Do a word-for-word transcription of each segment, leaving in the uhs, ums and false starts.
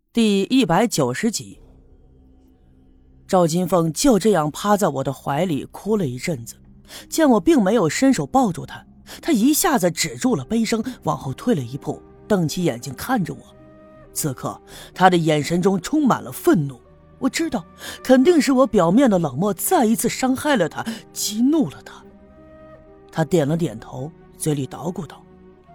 第一百九十集。赵金凤就这样趴在我的怀里哭了一阵子，见我并没有伸手抱住她，她一下子止住了悲声，往后退了一步，瞪起眼睛看着我。此刻她的眼神中充满了愤怒，我知道肯定是我表面的冷漠再一次伤害了她，激怒了她。她点了点头，嘴里捣鼓道：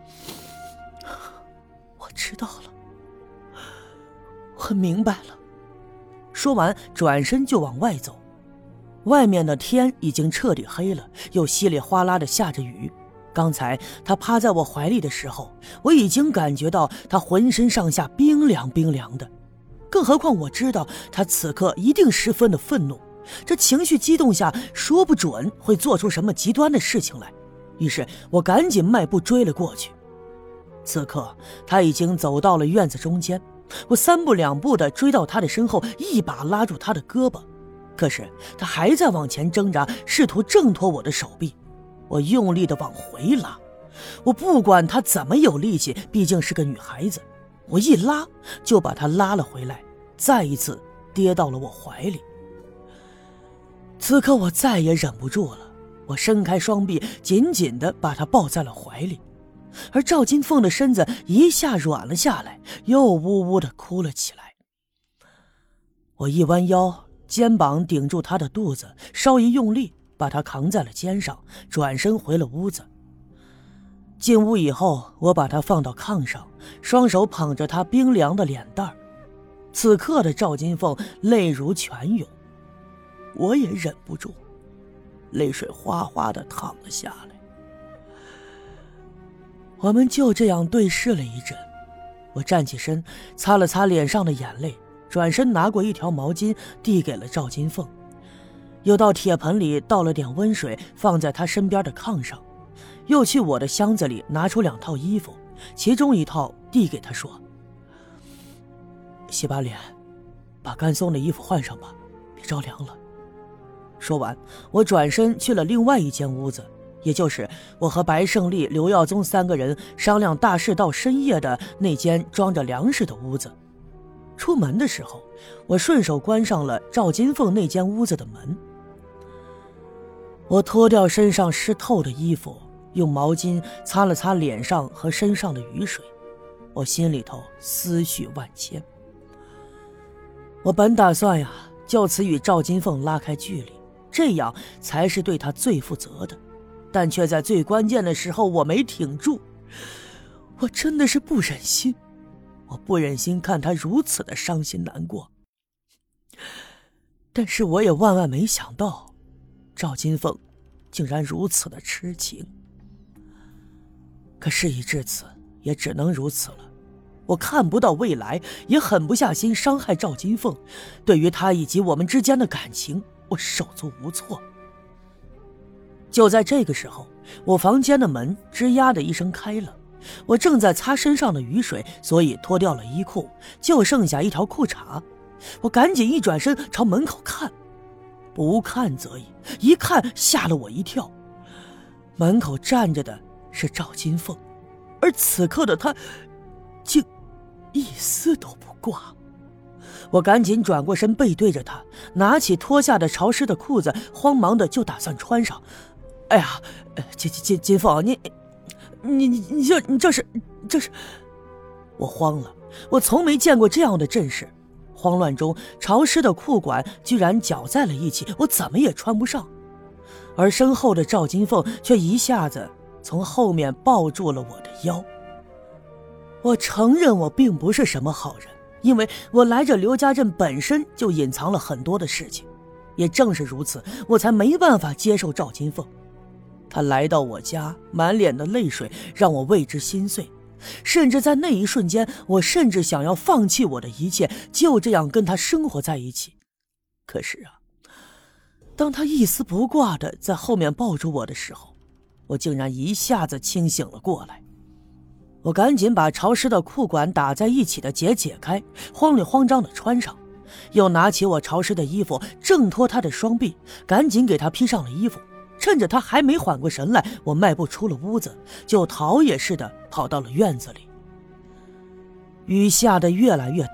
我知道了，我明白了。说完转身就往外走。外面的天已经彻底黑了，又稀里哗啦的下着雨。刚才他趴在我怀里的时候，我已经感觉到他浑身上下冰凉冰凉的，更何况我知道他此刻一定十分的愤怒，这情绪激动下说不准会做出什么极端的事情来。于是我赶紧迈步追了过去。此刻他已经走到了院子中间，我三步两步地追到他的身后，一把拉住他的胳膊，可是他还在往前挣扎，试图挣脱我的手臂。我用力地往回拉，我不管他怎么有力气，毕竟是个女孩子，我一拉就把他拉了回来，再一次跌到了我怀里。此刻我再也忍不住了，我伸开双臂，紧紧地把他抱在了怀里。而赵金凤的身子一下软了下来，又呜呜地哭了起来。我一弯腰，肩膀顶住她的肚子，稍一用力，把她扛在了肩上，转身回了屋子。进屋以后，我把她放到炕上，双手捧着她冰凉的脸蛋儿。此刻的赵金凤泪如泉涌，我也忍不住，泪水哗哗地淌了下来。我们就这样对视了一阵，我站起身，擦了擦脸上的眼泪，转身拿过一条毛巾递给了赵金凤，又到铁盆里倒了点温水放在她身边的炕上，又去我的箱子里拿出两套衣服，其中一套递给她说：洗把脸，把干松的衣服换上吧，别着凉了。说完，我转身去了另外一间屋子，也就是我和白胜利、刘耀宗三个人商量大事到深夜的那间装着粮食的屋子。出门的时候，我顺手关上了赵金凤那间屋子的门。我脱掉身上湿透的衣服，用毛巾擦了擦脸上和身上的雨水，我心里头思绪万千。我本打算呀，就此与赵金凤拉开距离，这样才是对她最负责的，但却在最关键的时候我没挺住。我真的是不忍心，我不忍心看她如此的伤心难过。但是我也万万没想到，赵金凤竟然如此的痴情。可事已至此，也只能如此了。我看不到未来，也狠不下心伤害赵金凤，对于她以及我们之间的感情，我手足无措。就在这个时候，我房间的门吱呀的一声开了，我正在擦身上的雨水，所以脱掉了衣裤，就剩下一条裤衩。我赶紧一转身朝门口看，不看则已，一看吓了我一跳。门口站着的是赵金凤，而此刻的她竟一丝都不挂。我赶紧转过身背对着她，拿起脱下的潮湿的裤子，慌忙的就打算穿上。哎呀，金金金凤，你你你你这你这是这是……我慌了，我从没见过这样的阵势。慌乱中，潮湿的裤管居然绞在了一起，我怎么也穿不上。而身后的赵金凤却一下子从后面抱住了我的腰。我承认我并不是什么好人，因为我来这刘家镇本身就隐藏了很多的事情，也正是如此，我才没办法接受赵金凤。他来到我家，满脸的泪水让我为之心碎，甚至在那一瞬间，我甚至想要放弃我的一切，就这样跟他生活在一起。可是啊，当他一丝不挂的在后面抱住我的时候，我竟然一下子清醒了过来。我赶紧把潮湿的裤管打在一起的结解开，慌里慌张的穿上，又拿起我潮湿的衣服挣脱他的双臂，赶紧给他披上了衣服。趁着他还没缓过神来，我迈步出了屋子，就逃也似的跑到了院子里。雨下得越来越大了，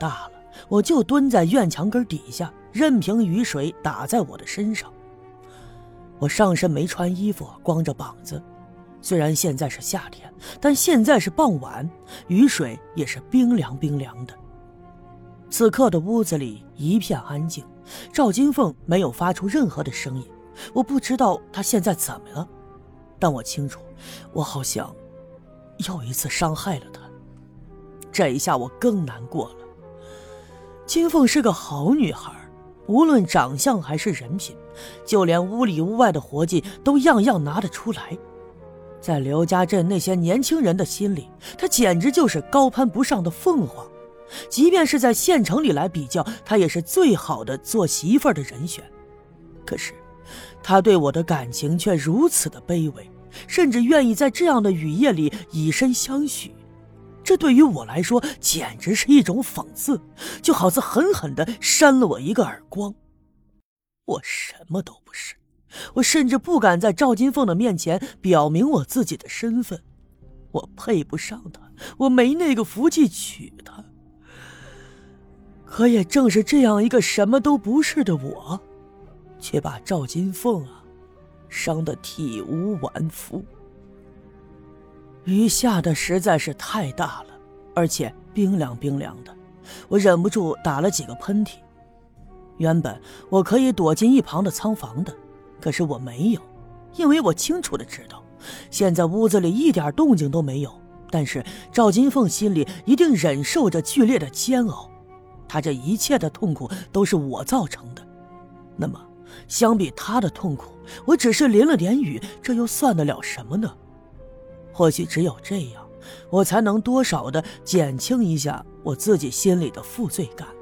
我就蹲在院墙根底下，任凭雨水打在我的身上。我上身没穿衣服，光着膀子。虽然现在是夏天，但现在是傍晚，雨水也是冰凉冰凉的。此刻的屋子里一片安静，赵金凤没有发出任何的声音。我不知道她现在怎么了，但我清楚，我好像又一次伤害了她。这一下我更难过了。金凤是个好女孩，无论长相还是人品，就连屋里屋外的活计都样样拿得出来。在刘家镇那些年轻人的心里，她简直就是高攀不上的凤凰。即便是在县城里来比较，她也是最好的做媳妇儿的人选。可是她对我的感情却如此的卑微，甚至愿意在这样的雨夜里以身相许。这对于我来说简直是一种讽刺，就好似狠狠地扇了我一个耳光。我什么都不是，我甚至不敢在赵金凤的面前表明我自己的身份。我配不上她，我没那个福气娶她。可也正是这样一个什么都不是的我，却把赵金凤啊伤得体无完肤。雨下的实在是太大了，而且冰凉冰凉的，我忍不住打了几个喷嚏。原本我可以躲进一旁的仓房的，可是我没有，因为我清楚地知道，现在屋子里一点动静都没有，但是赵金凤心里一定忍受着剧烈的煎熬，她这一切的痛苦都是我造成的。那么相比她的痛苦，我只是淋了点雨，这又算得了什么呢？或许只有这样，我才能多少的减轻一下我自己心里的负罪感。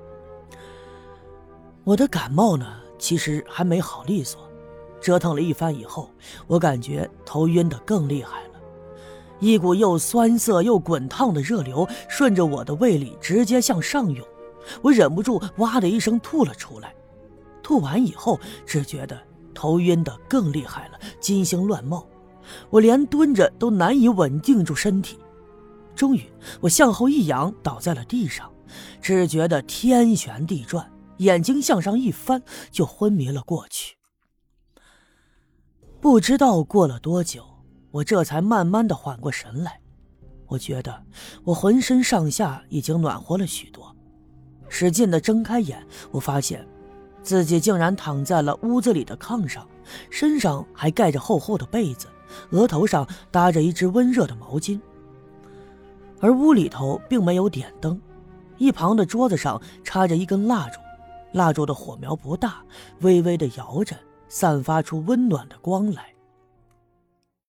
我的感冒呢，其实还没好利索，折腾了一番以后，我感觉头晕得更厉害了，一股又酸涩又滚烫的热流顺着我的胃里直接向上涌，我忍不住哇的一声吐了出来。吐完以后，只觉得头晕得更厉害了，金星乱冒，我连蹲着都难以稳定住身体。终于我向后一仰，倒在了地上，只觉得天旋地转，眼睛向上一翻，就昏迷了过去。不知道过了多久，我这才慢慢的缓过神来。我觉得我浑身上下已经暖和了许多，使劲的睁开眼，我发现自己竟然躺在了屋子里的炕上，身上还盖着厚厚的被子，额头上搭着一只温热的毛巾。而屋里头并没有点灯，一旁的桌子上插着一根蜡烛，蜡烛的火苗不大，微微的摇着，散发出温暖的光来。